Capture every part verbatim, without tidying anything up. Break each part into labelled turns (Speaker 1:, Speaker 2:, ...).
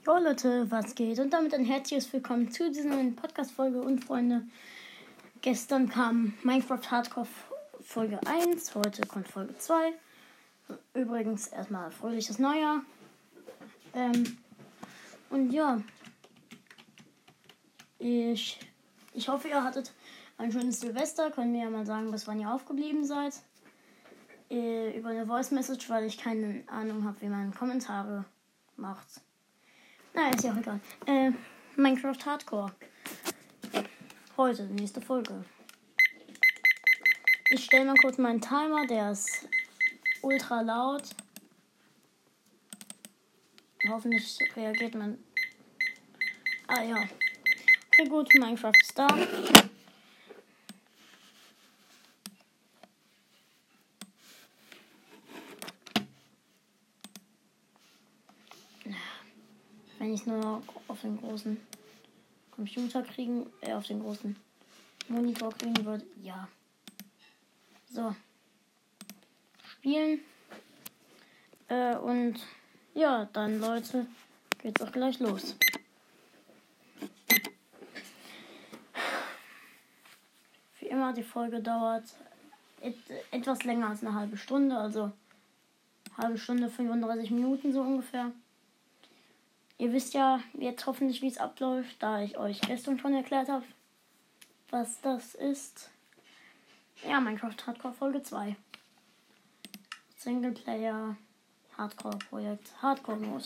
Speaker 1: Jo Leute, was geht? Und damit ein herzliches Willkommen zu dieser neuen Podcast-Folge. Und Freunde, gestern kam Minecraft Hardcore Folge eins, heute kommt Folge zwei. Übrigens erstmal fröhliches Neujahr. Ähm, und ja, ich, ich hoffe, ihr hattet ein schönes Silvester. Könnt mir ja mal sagen, bis wann ihr aufgeblieben seid. Äh, über eine Voice Message, weil ich keine Ahnung habe, wie man Kommentare macht. Na, ist ja auch egal. Äh, Minecraft Hardcore. Heute, nächste Folge. Ich stelle mal kurz meinen Timer, der ist ultra laut. Hoffentlich reagiert man. Ah ja. Okay, gut, Minecraft ist da. Wenn ich nur noch auf den großen Computer kriegen, äh, auf den großen Monitor kriegen würde, ja. So. Spielen. Äh, und ja, dann Leute, geht's auch gleich los. Wie immer, die Folge dauert et- etwas länger als eine halbe Stunde, also halbe Stunde, fünfunddreißig Minuten so ungefähr. Ihr wisst ja jetzt hoffentlich, wie es abläuft, da ich euch gestern schon erklärt habe, was das ist. Ja, Minecraft Hardcore Folge zwei. Singleplayer Hardcore Projekt Hardcore Mode.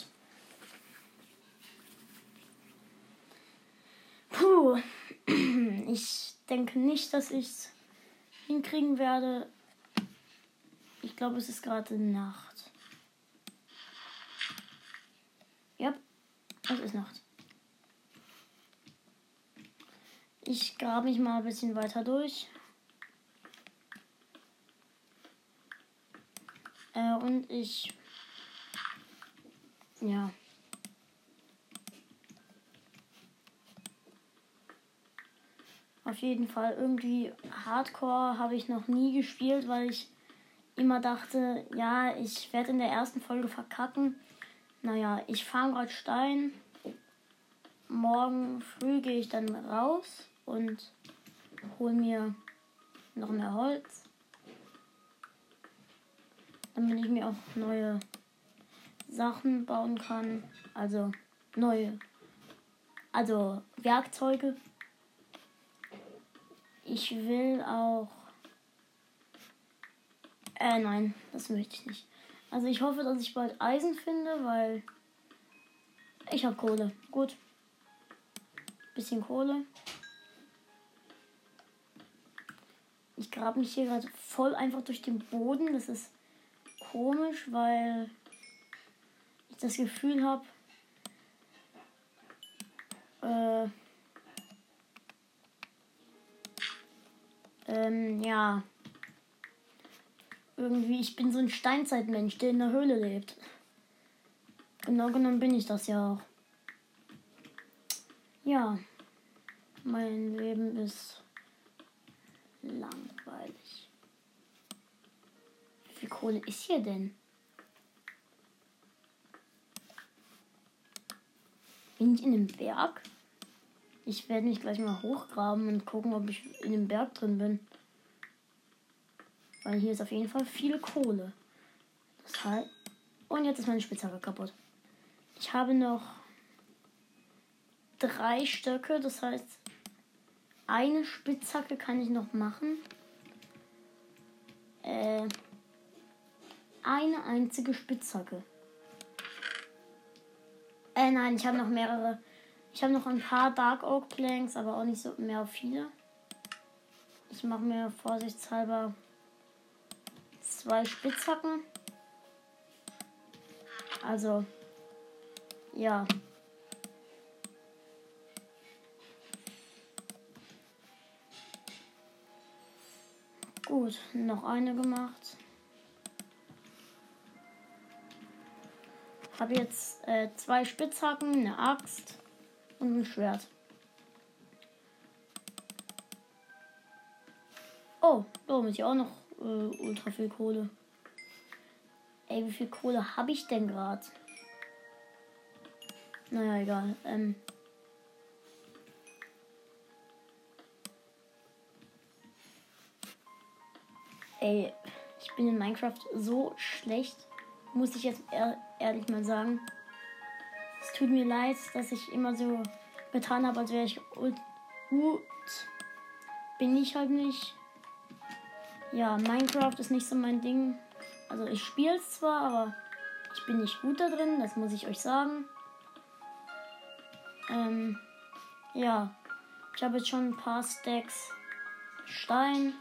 Speaker 1: Puh. Ich denke nicht, dass ich es hinkriegen werde. Ich glaube, es ist gerade Nacht. Ja, es ist Nacht. Ich grabe mich mal ein bisschen weiter durch. Äh, und ich... Ja. Auf jeden Fall irgendwie Hardcore habe ich noch nie gespielt, weil ich immer dachte, ja, ich werde in der ersten Folge verkacken. Naja, ich farm gerade Stein. Morgen früh gehe ich dann raus und hole mir noch mehr Holz. Damit ich mir auch neue Sachen bauen kann. Also neue. Also Werkzeuge. Ich will auch... Äh, nein, das möchte ich nicht. Also ich hoffe, dass ich bald Eisen finde, weil ich habe Kohle. Gut. Bisschen Kohle. Ich grabe mich hier gerade voll einfach durch den Boden. Das ist komisch, weil ich das Gefühl habe, äh, ähm, ja, irgendwie, ich bin so ein Steinzeitmensch, der in der Höhle lebt. Genau genommen bin ich das ja auch. Ja, mein Leben ist langweilig. Wie viel Kohle ist hier denn? Bin ich in einem Berg? Ich werde mich gleich mal hochgraben und gucken, ob ich in dem Berg drin bin. Weil hier ist auf jeden Fall viel Kohle. Das heißt... Und jetzt ist meine Spitzhacke kaputt. Ich habe noch drei Stöcke. Das heißt, eine Spitzhacke kann ich noch machen. Äh, eine einzige Spitzhacke. Äh, nein, ich habe noch mehrere. Ich habe noch ein paar Dark Oak Planks, aber auch nicht so mehr viele. Ich mache mir vorsichtshalber zwei Spitzhacken. Also, ja. Gut, noch eine gemacht. Habe jetzt äh, zwei Spitzhacken, eine Axt und ein Schwert. Oh, da oben ist ja auch noch äh, ultra viel Kohle. Ey, wie viel Kohle habe ich denn gerade? Naja, egal. Ähm. Ey, ich bin in Minecraft so schlecht, muss ich jetzt ehr ehrlich mal sagen. Es tut mir leid, dass ich immer so getan habe, als wäre ich gut. Bin ich halt nicht. Ja, Minecraft ist nicht so mein Ding. Also ich spiele es zwar, aber ich bin nicht gut da drin, das muss ich euch sagen. Ähm, ja, ich habe jetzt schon ein paar Stacks Stein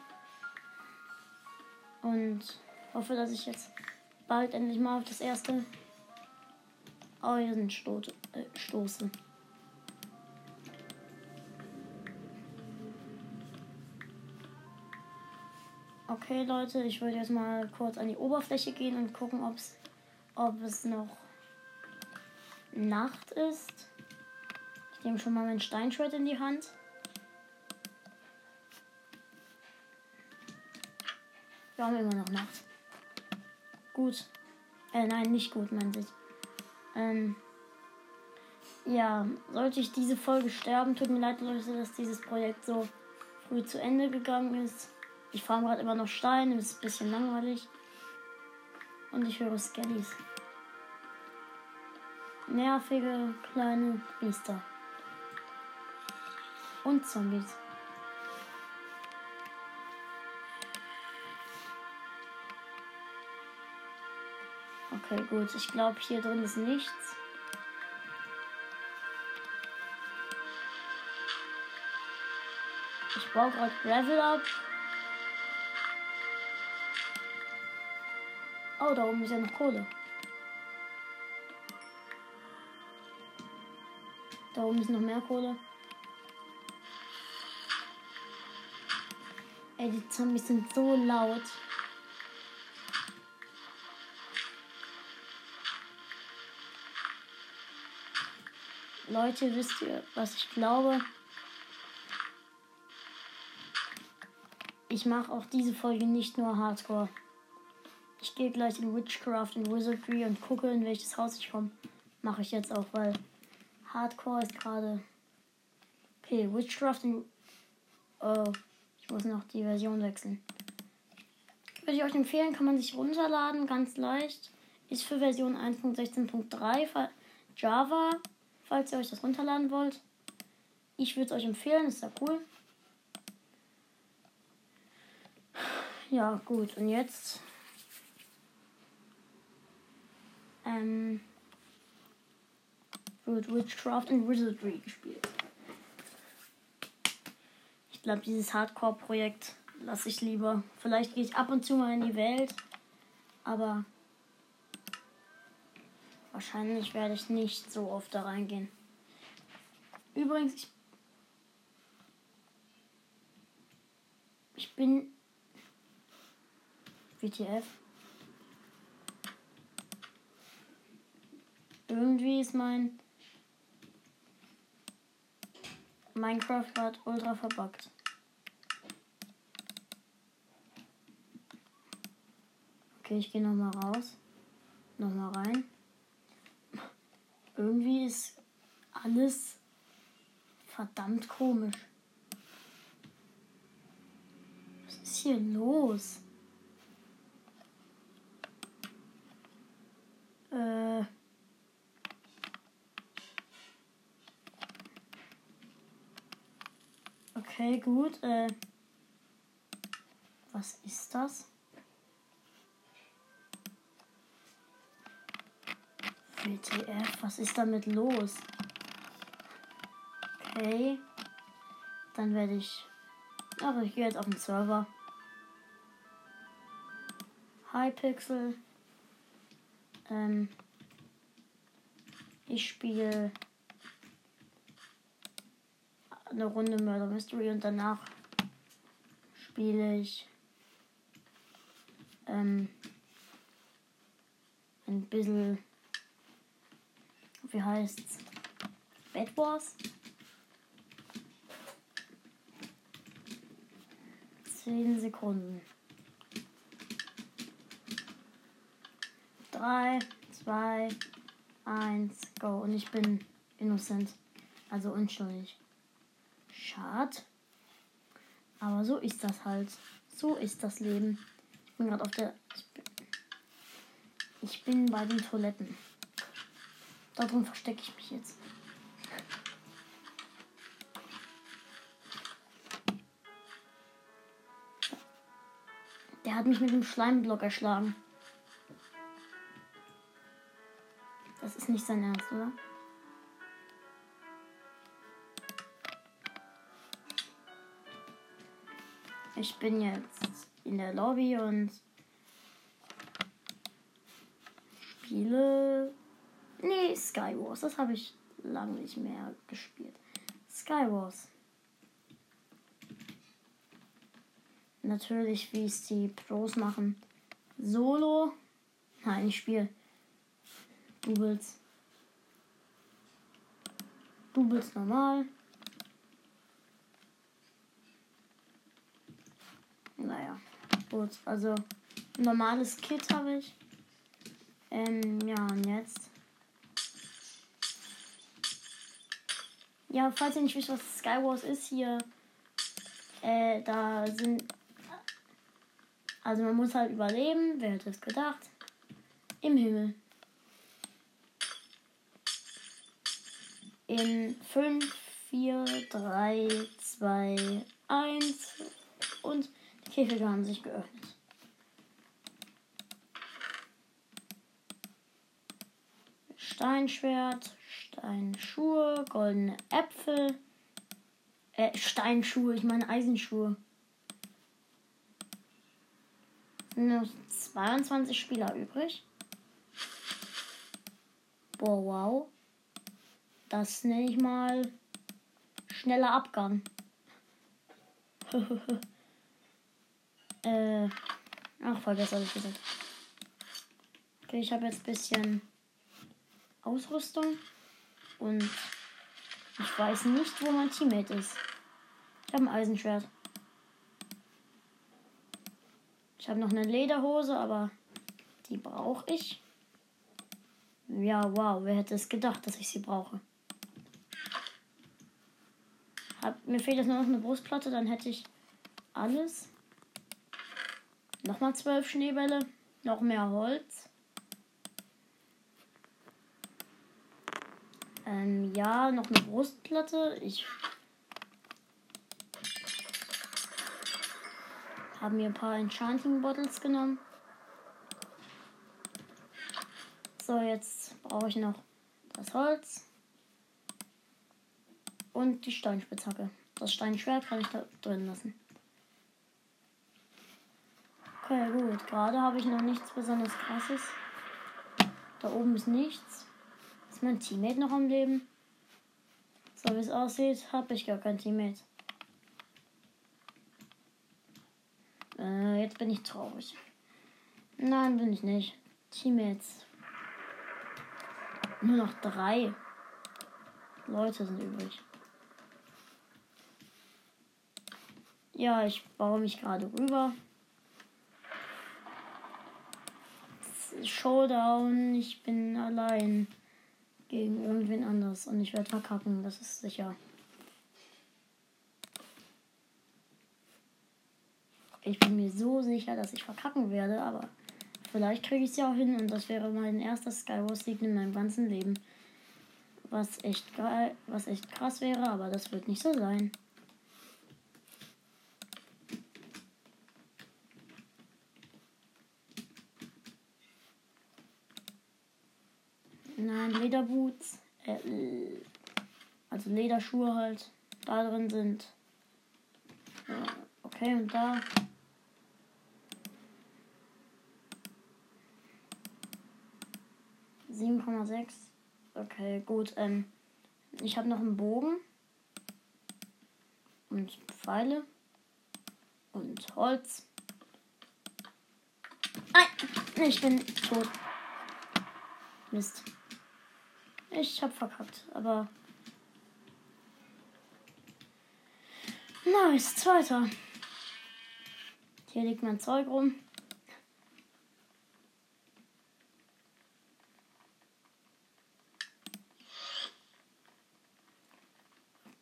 Speaker 1: und hoffe, dass ich jetzt bald endlich mal auf das erste Eisen sto äh, stoße. Okay, Leute, ich würde jetzt mal kurz an die Oberfläche gehen und gucken, ob's, ob es noch Nacht ist. Ich nehme schon mal mein Steinschwert in die Hand. Wir haben immer noch Nacht. Gut. Äh, nein, nicht gut, meint ich. Ähm, ja, sollte ich diese Folge sterben, tut mir leid, Leute, dass dieses Projekt so früh zu Ende gegangen ist. Ich farme gerade immer noch Stein, ist ein bisschen langweilig. Und ich höre Skellies. Nervige kleine Biester. Und Zombies. Okay, gut. Ich glaube, hier drin ist nichts. Ich baue gerade Gravel ab. Oh, da oben ist ja noch Kohle. Da oben ist noch mehr Kohle. Ey, die Zombies sind so laut. Leute, wisst ihr, was ich glaube? Ich mache auch diese Folge nicht nur Hardcore. Ich gehe gleich in Witchcraft und Wizardry und gucke, in welches Haus ich komme. Mache ich jetzt auch, weil Hardcore ist gerade... Okay, Witchcraft und... Oh, ich muss noch die Version wechseln. Würde ich euch empfehlen, kann man sich runterladen, ganz leicht. Ist für Version eins Punkt sechzehn Punkt drei Java, falls ihr euch das runterladen wollt. Ich würde es euch empfehlen, ist ja cool. Ja, gut, und jetzt... Ähm, wird Witchcraft und Wizardry gespielt. Ich glaube, dieses Hardcore-Projekt lasse ich lieber. Vielleicht gehe ich ab und zu mal in die Welt, aber wahrscheinlich werde ich nicht so oft da reingehen. Übrigens, ich, ich bin W T F. Irgendwie ist mein Minecraft gerade ultra verbuggt. Okay, ich gehe nochmal raus. Nochmal rein. Irgendwie ist alles verdammt komisch. Was ist hier los? Äh... Okay, gut. Äh, was ist das? W T F, was ist damit los? Okay. Dann werde ich... Aber ich gehe jetzt auf den Server. Hypixel. Ähm, ich spiele eine Runde Murder Mystery und danach spiele ich ähm, ein bisschen, wie heißt's? Bed Wars. Zehn Sekunden. Drei, zwei, eins, go. Und ich bin innocent. Also unschuldig. Schade. Aber so ist das halt. So ist das Leben. Ich bin gerade auf der... Ich bin, ich bin bei den Toiletten. Darum verstecke ich mich jetzt. Der hat mich mit dem Schleimblock erschlagen. Das ist nicht sein Ernst, oder? Ich bin jetzt in der Lobby und spiele... Nee, Skywars. Das habe ich lange nicht mehr gespielt. Skywars. Natürlich, wie es die Pros machen. Solo. Nein, ich spiele Doubles. Doubles normal. Naja, gut. Also, ein normales Kit habe ich. Ähm, ja, und jetzt. Ja, falls ihr nicht wisst, was Skywars ist, hier. Äh, da sind. Also, man muss halt überleben. Wer hätte es gedacht? Im Himmel. In fünf, vier, drei, zwei, eins und die Käfige haben sich geöffnet. Steinschwert, Steinschuhe, goldene Äpfel, äh, Steinschuhe, ich meine Eisenschuhe. Nur zweiundzwanzig Spieler übrig. Boah, wow. Das nenne ich mal schneller Abgang. äh, ach, vergessen, was ich gesagt. Okay, ich habe jetzt ein bisschen Ausrüstung und ich weiß nicht, wo mein Teammate ist. Ich habe ein Eisenschwert. Ich habe noch eine Lederhose, aber die brauche ich. Ja, wow, wer hätte es gedacht, dass ich sie brauche? Hab, mir fehlt jetzt nur noch eine Brustplatte, dann hätte ich alles. Nochmal zwölf Schneebälle, noch mehr Holz. Ähm, ja, noch eine Brustplatte. Ich habe mir ein paar Enchanting Bottles genommen. So, jetzt brauche ich noch das Holz. Und die Steinspitzhacke. Das Steinschwert kann ich da drin lassen. Okay, gut. Gerade habe ich noch nichts besonders Krasses. Da oben ist nichts. Ist mein Teammate noch am Leben? So wie es aussieht, habe ich gar kein Teammate. Äh, jetzt bin ich traurig. Nein, bin ich nicht. Teammates. Nur noch drei Leute sind übrig. Ja, ich baue mich gerade rüber. Showdown, ich bin allein gegen irgendwen anders und ich werde verkacken, das ist sicher. Ich bin mir so sicher, dass ich verkacken werde, aber vielleicht kriege ich es ja auch hin und das wäre mein erster Skywars Sieg in meinem ganzen Leben. Was echt geil, was echt krass wäre, aber das wird nicht so sein. Nein, Lederboots, äh, also Lederschuhe halt, da drin sind. Ja, okay, und da. sieben Komma sechs. Okay, gut. Ähm, ich habe noch einen Bogen. Und Pfeile. Und Holz. Nein, ich bin tot. Mist. Ich hab verkackt, aber... Nice, zweiter. Hier liegt mein Zeug rum.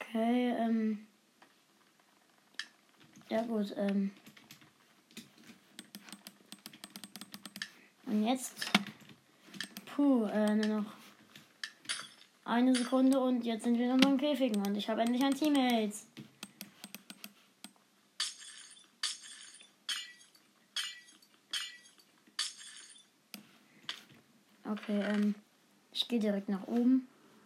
Speaker 1: Okay, ähm. Ja gut, ähm. Und jetzt. Puh, äh, nur noch eine Sekunde und jetzt sind wir in unseren Käfigen und ich habe endlich ein Teammate. Okay, ähm. Ich gehe direkt nach oben.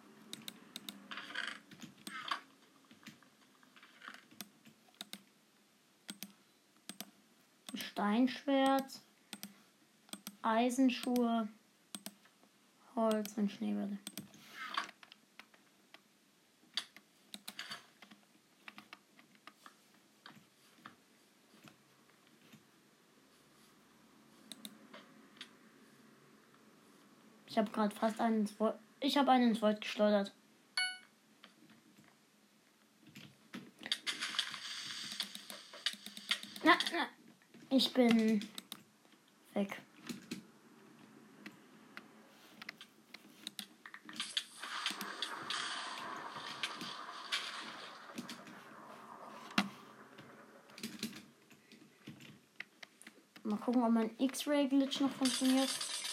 Speaker 1: Steinschwert, Eisenschuhe, Holz und Schneebälle. Ich habe gerade fast einen ins Void. Ich habe einen ins Void geschleudert. Na, na. Ich bin weg. Mal gucken, ob mein X-Ray-Glitch noch funktioniert.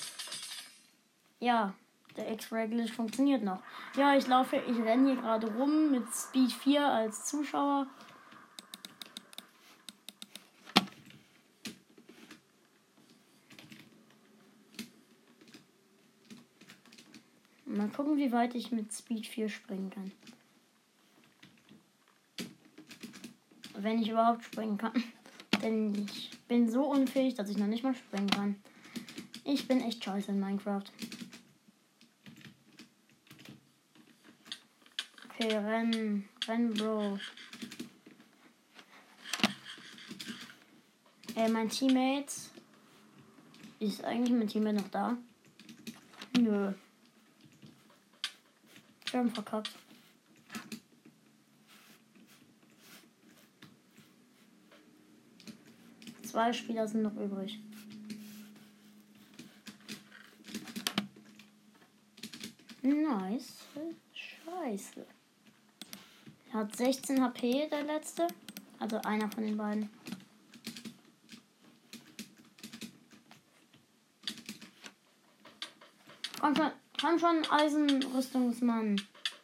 Speaker 1: Ja, der X-Ray-Glitch funktioniert noch. Ja, ich laufe, ich renne hier gerade rum mit Speed vier als Zuschauer. Mal gucken, wie weit ich mit Speed vier springen kann. Wenn ich überhaupt springen kann. Denn ich bin so unfähig, dass ich noch nicht mal springen kann. Ich bin echt scheiße in Minecraft. Okay, rennen. Rennen, Bro. Ey, mein Teammate. Ist eigentlich mein Teammate noch da? Nö. Wir haben verkackt. Zwei Spieler sind noch übrig. Nice. Scheiße. Er hat sechzehn H P, der letzte. Also einer von den beiden. Komm schon, komm schon, Eisenrüstungsmann.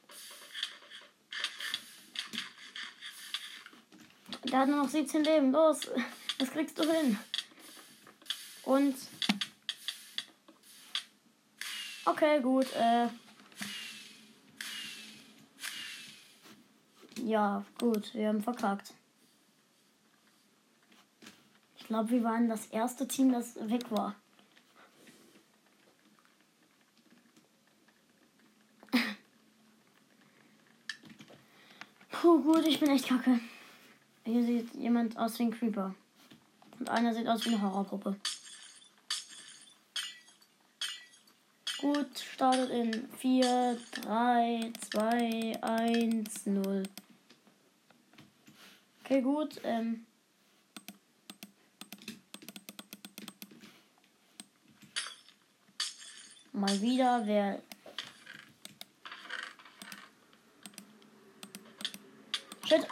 Speaker 1: Der hat nur noch siebzehn Leben. Los, das kriegst du hin. Und. Okay, gut. Äh. Ja, gut. Wir haben verkackt. Ich glaube, wir waren das erste Team, das weg war. Puh, gut, ich bin echt kacke. Hier sieht jemand aus wie ein Creeper. Und einer sieht aus wie eine Horrorpuppe. Gut, startet in vier, drei, zwei, eins, null. Okay, gut. Ähm. Mal wieder, wer. Shit.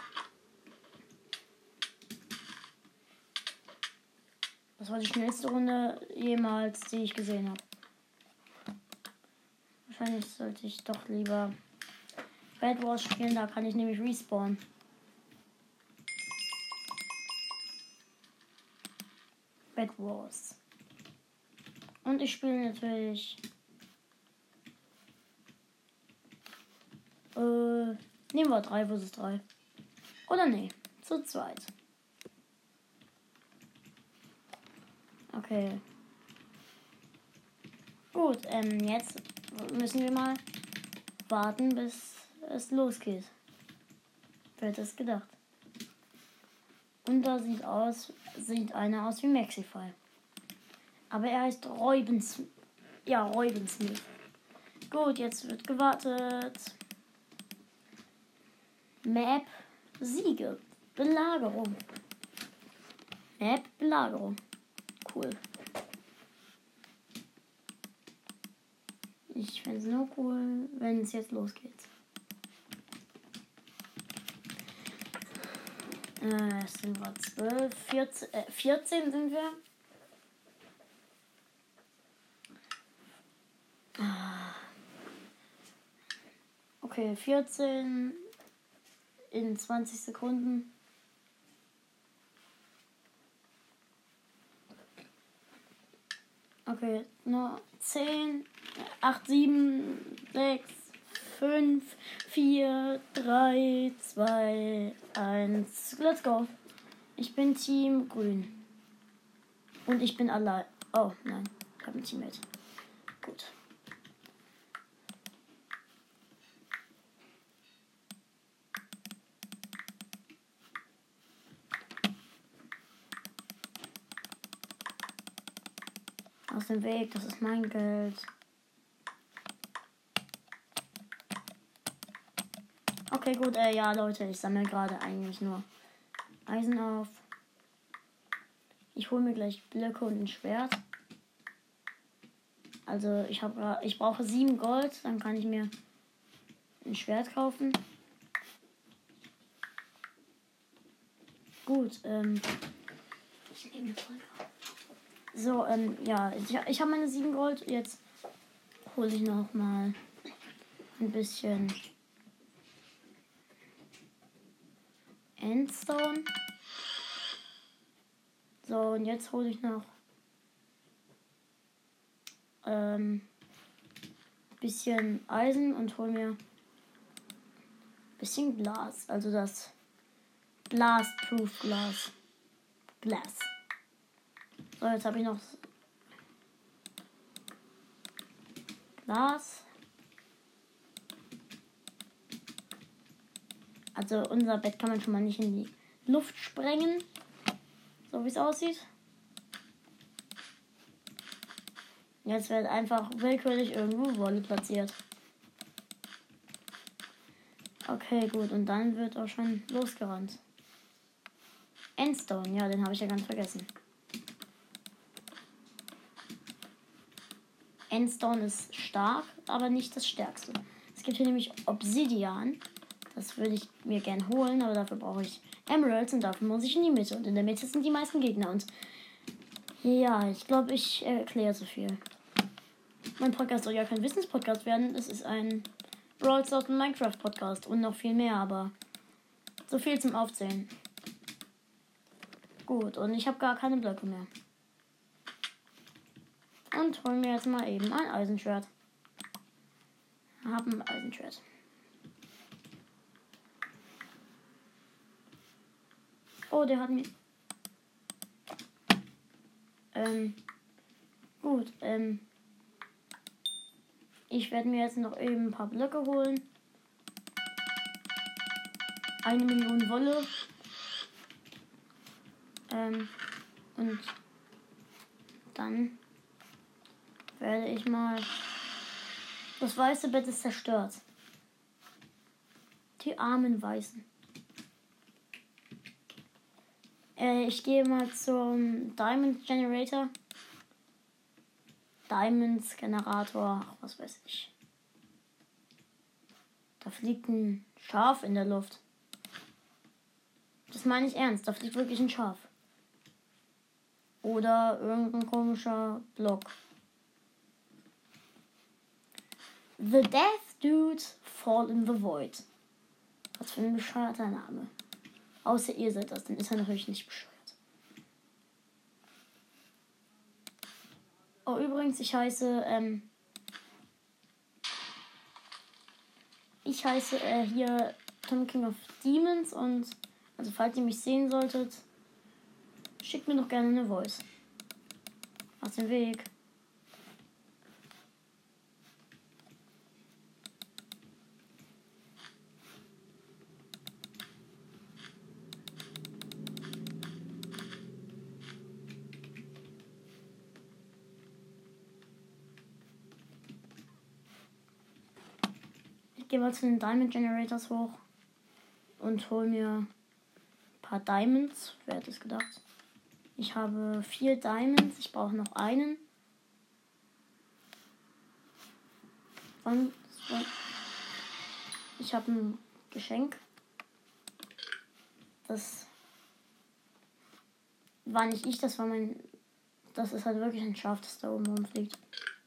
Speaker 1: Das war die schnellste Runde jemals, die ich gesehen habe. Wahrscheinlich sollte ich doch lieber Bed Wars spielen, da kann ich nämlich respawnen. Bed Wars. Und ich spiele natürlich. Äh, nehmen wir drei versus drei. Oder nee, zu zweit. Okay. Gut, ähm, jetzt müssen wir mal warten, bis es losgeht. Wer hätte es gedacht? Und da sieht aus, sieht einer aus wie Maxify. Aber er heißt Räubens. Ja, Räubensmith. Gut, jetzt wird gewartet. Map Siege. Belagerung. Map Belagerung. Cool. Ich fände es nur cool, wenn es jetzt losgeht. Äh, es sind wir zwölf, vierzehn, äh, vierzehn sind wir. Okay, vierzehn in zwanzig Sekunden. Okay, nur zehn, acht, sieben, sechs, fünf, vier, drei, zwei, eins. Let's go. Ich bin Team Grün. Und ich bin allein. Oh, nein. Ich habe ein Teammate. Gut. Aus dem Weg, das ist mein Geld. Okay, gut, äh, ja, Leute, ich sammle gerade eigentlich nur Eisen auf. Ich hole mir gleich Blöcke und ein Schwert. Also, ich habe, ich brauche sieben Gold, dann kann ich mir ein Schwert kaufen. Gut, ähm. Ich nehme eine Folge auf. So, ähm, ja, ich, ich habe meine sieben Gold. Jetzt hole ich noch mal ein bisschen Endstone. So, und jetzt hole ich noch ähm, bisschen Eisen und hole mir bisschen Glas. Also das Blast-Proof Glas. Glas. So, jetzt habe ich noch Glas. Also unser Bett kann man schon mal nicht in die Luft sprengen. So wie es aussieht. Jetzt wird einfach willkürlich irgendwo Wolle platziert. Okay, gut. Und dann wird auch schon losgerannt. Endstone, ja, den habe ich ja ganz vergessen. Endstone ist stark, aber nicht das stärkste. Es gibt hier nämlich Obsidian. Das würde ich mir gern holen, aber dafür brauche ich Emeralds und dafür muss ich in die Mitte. Und in der Mitte sind die meisten Gegner. Und ja, ich glaube, ich erkläre zu viel. Mein Podcast soll ja kein Wissenspodcast werden. Es ist ein Brawl Stars und Minecraft Podcast und noch viel mehr, aber so viel zum Aufzählen. Gut, und ich habe gar keine Blöcke mehr. Und holen mir jetzt mal eben ein Eisenschwert. Haben ein Eisenschwert. Oh, der hat mir... Ähm... Gut, ähm... Ich werde mir jetzt noch eben ein paar Blöcke holen. Eine Million Wolle. Ähm... Und... Dann... werde ich mal... Das weiße Bett ist zerstört. Die armen Weißen. Äh, ich gehe mal zum Diamond Generator. Diamonds Generator. Ach, was weiß ich. Da fliegt ein Schaf in der Luft. Das meine ich ernst. Da fliegt wirklich ein Schaf. Oder irgendein komischer Block. The Death Dude Fall in the Void. Was für ein bescheuerter Name. Außer ihr seid das, dann ist er natürlich nicht bescheuert. Oh, übrigens, ich heiße, ähm, ich heiße äh, hier Tom King of Demons und, also falls ihr mich sehen solltet, schickt mir doch gerne eine Voice. Aus dem Weg. Ich gehe mal zu den Diamond Generators hoch und hole mir ein paar Diamonds. Wer hätte es gedacht? Ich habe vier Diamonds. Ich brauche noch einen. Und ich habe ein Geschenk. Das war nicht ich, das war mein... Das ist halt wirklich ein Schaf, das da oben rumfliegt.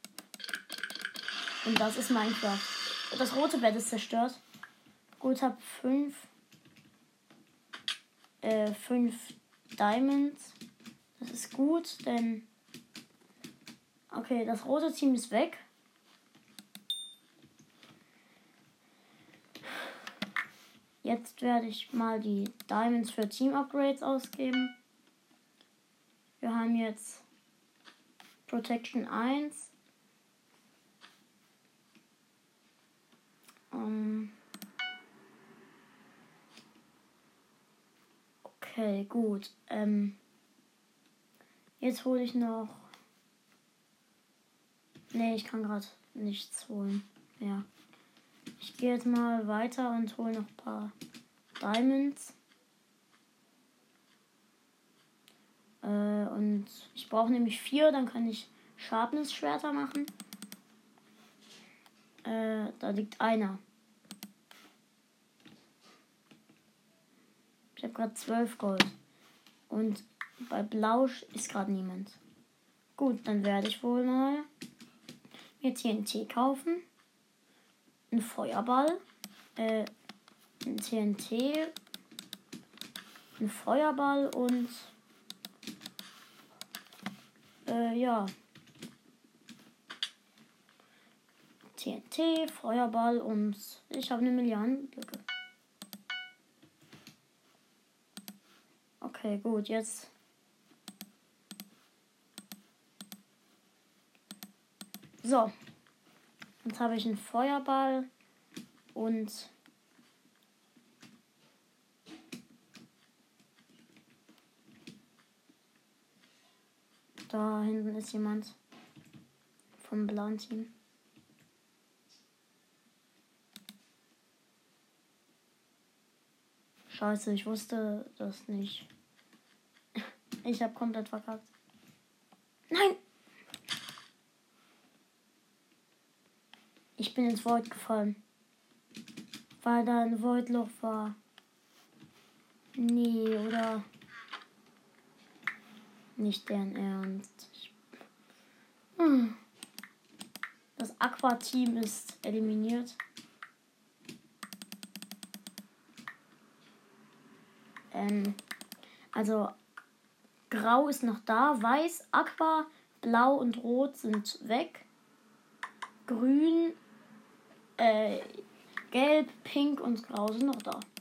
Speaker 1: Und das ist Minecraft. Das rote Bett ist zerstört. Gut, hab fünf... Äh, fünf Diamonds. Das ist gut, denn... Okay, das rote Team ist weg. Jetzt werde ich mal die Diamonds für Team-Upgrades ausgeben. Wir haben jetzt Protection eins. Um okay, gut. Ähm jetzt hole ich noch... Nee, ich kann gerade nichts holen. Ja. Ich gehe jetzt mal weiter und hole noch ein paar Diamonds. Äh, und ich brauche nämlich vier, dann kann ich Sharpness-Schwerter machen. Äh, da liegt einer. Ich habe gerade zwölf Gold. Und bei Blau ist gerade niemand. Gut, dann werde ich wohl mal mir T N T kaufen. Ein Feuerball. Äh, ein T N T. Ein Feuerball und äh, ja. T N T, Feuerball und ich habe eine Milliardenblöcke. Okay, gut, jetzt. So. Jetzt habe ich einen Feuerball und da hinten ist jemand vom blauen Team. Scheiße, ich wusste das nicht. Ich habe komplett verkackt. Nein! Ich bin ins Void gefallen. Weil da ein Voidloch war. Nee, oder? Nicht deren Ernst. Ich... Hm. Das Aqua-Team ist eliminiert. Ähm, also Grau ist noch da, Weiß, Aqua, Blau und Rot sind weg. Grün, äh, Gelb, Pink und Grau sind noch da.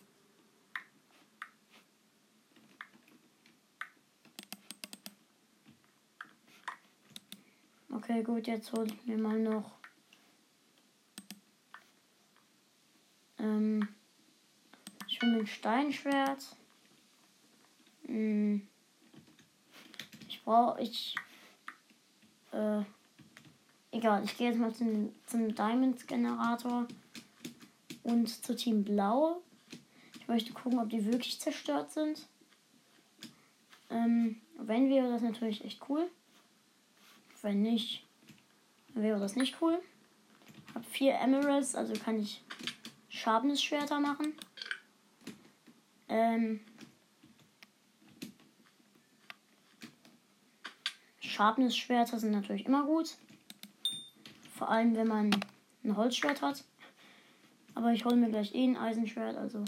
Speaker 1: Okay, gut, jetzt hole ich mir mal noch ähm, ich will mir ein Steinschwert. Hm. Ich brauche ich äh, egal, ich gehe jetzt mal zum, zum Diamond-Generator und zu Team Blau. Ich möchte gucken, ob die wirklich zerstört sind. Ähm, wenn wäre das natürlich echt cool. Wenn nicht, dann wäre das nicht cool. Ich habe vier Emeralds, also kann ich Sharpness-Schwerter machen. Ähm, Sharpness-Schwerter sind natürlich immer gut. Vor allem, wenn man ein Holzschwert hat. Aber ich hole mir gleich eh ein Eisenschwert, also.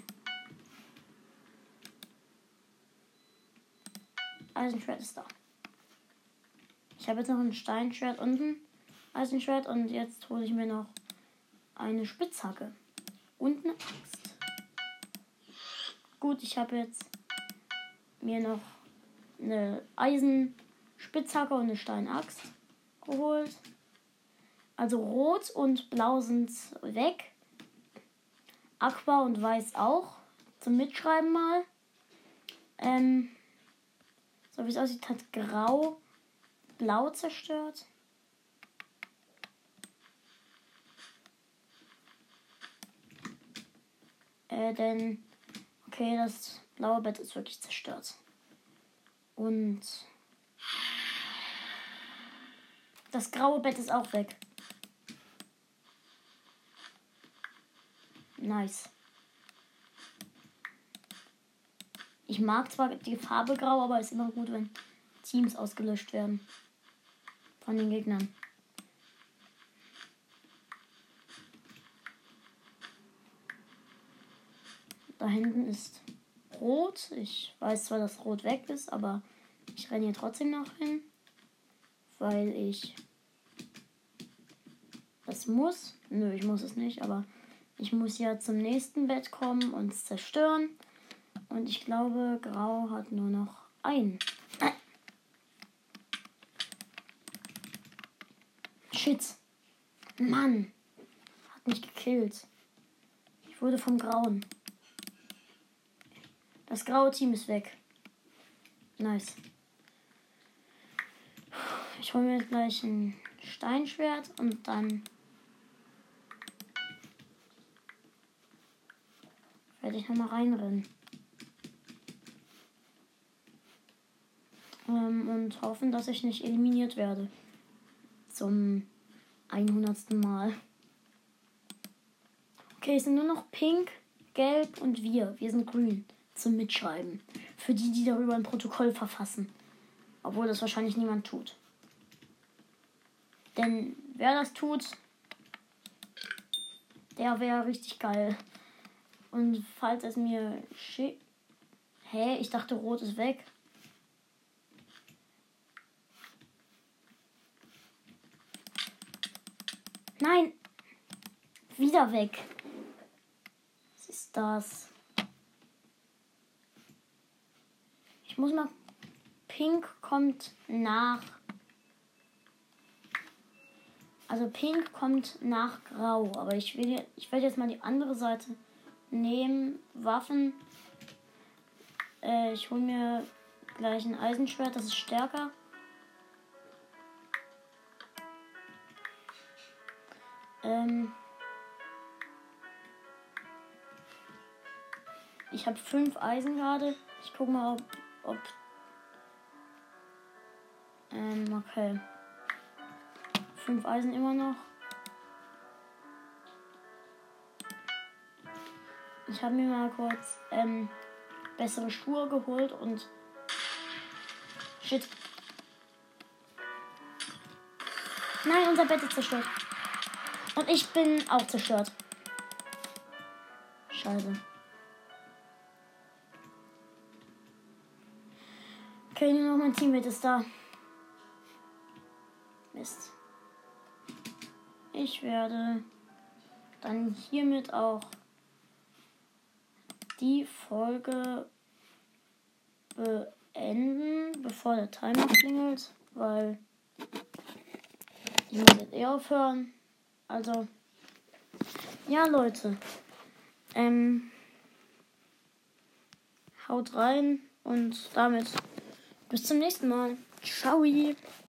Speaker 1: Eisenschwert ist da. Ich habe jetzt noch ein Steinschwert und ein Eisenschwert und jetzt hole ich mir noch eine Spitzhacke und eine Axt. Gut, ich habe jetzt mir noch eine Eisenspitzhacke und eine Steinaxt geholt. Also Rot und Blau sind weg. Aqua und Weiß auch. Zum Mitschreiben mal. Ähm, so wie es aussieht, hat Grau Blau zerstört. Äh, denn, okay, das blaue Bett ist wirklich zerstört. Und das graue Bett ist auch weg. Nice. Ich mag zwar die Farbe grau, aber es ist immer gut, wenn Teams ausgelöscht werden. Von den Gegnern. Da hinten ist Rot. Ich weiß zwar, dass Rot weg ist, aber ich renne hier trotzdem noch hin. Weil ich das muss. Nö, ich muss es nicht, aber ich muss ja zum nächsten Bett kommen und es zerstören. Und ich glaube, Grau hat nur noch ein. Nein. Shit. Mann. Hat mich gekillt. Ich wurde vom Grauen. Das graue Team ist weg. Nice. Ich hole mir jetzt gleich ein Steinschwert und dann werde ich nochmal reinrennen. Ähm, und hoffen, dass ich nicht eliminiert werde. Zum hundertsten Mal. Okay, es sind nur noch Pink, Gelb und wir. Wir sind grün. Zum Mitschreiben. Für die, die darüber ein Protokoll verfassen. Obwohl das wahrscheinlich niemand tut. Denn wer das tut, der wäre richtig geil. Und falls es mir schickt... Hä? Ich dachte, Rot ist weg. Nein! Wieder weg. Was ist das? Ich muss mal... Pink kommt nach... Also Pink kommt nach Grau. Aber ich will, ich werde jetzt mal die andere Seite nehmen. Waffen. Äh, ich hole mir gleich ein Eisenschwert. Das ist stärker. Ähm... Ich habe fünf Eisen gerade. Ich gucke mal, ob, ob... Ähm, okay. Fünf Eisen immer noch. Ich habe mir mal kurz ähm, bessere Schuhe geholt und... Shit. Nein, unser Bett ist zerstört. Und ich bin auch zerstört. Scheiße. Okay, nur noch mein Teammate ist da. Mist. Ich werde dann hiermit auch die Folge beenden, bevor der Timer klingelt, weil ich muss jetzt eh aufhören. Also, ja Leute, ähm, haut rein und damit bis zum nächsten Mal. Ciao.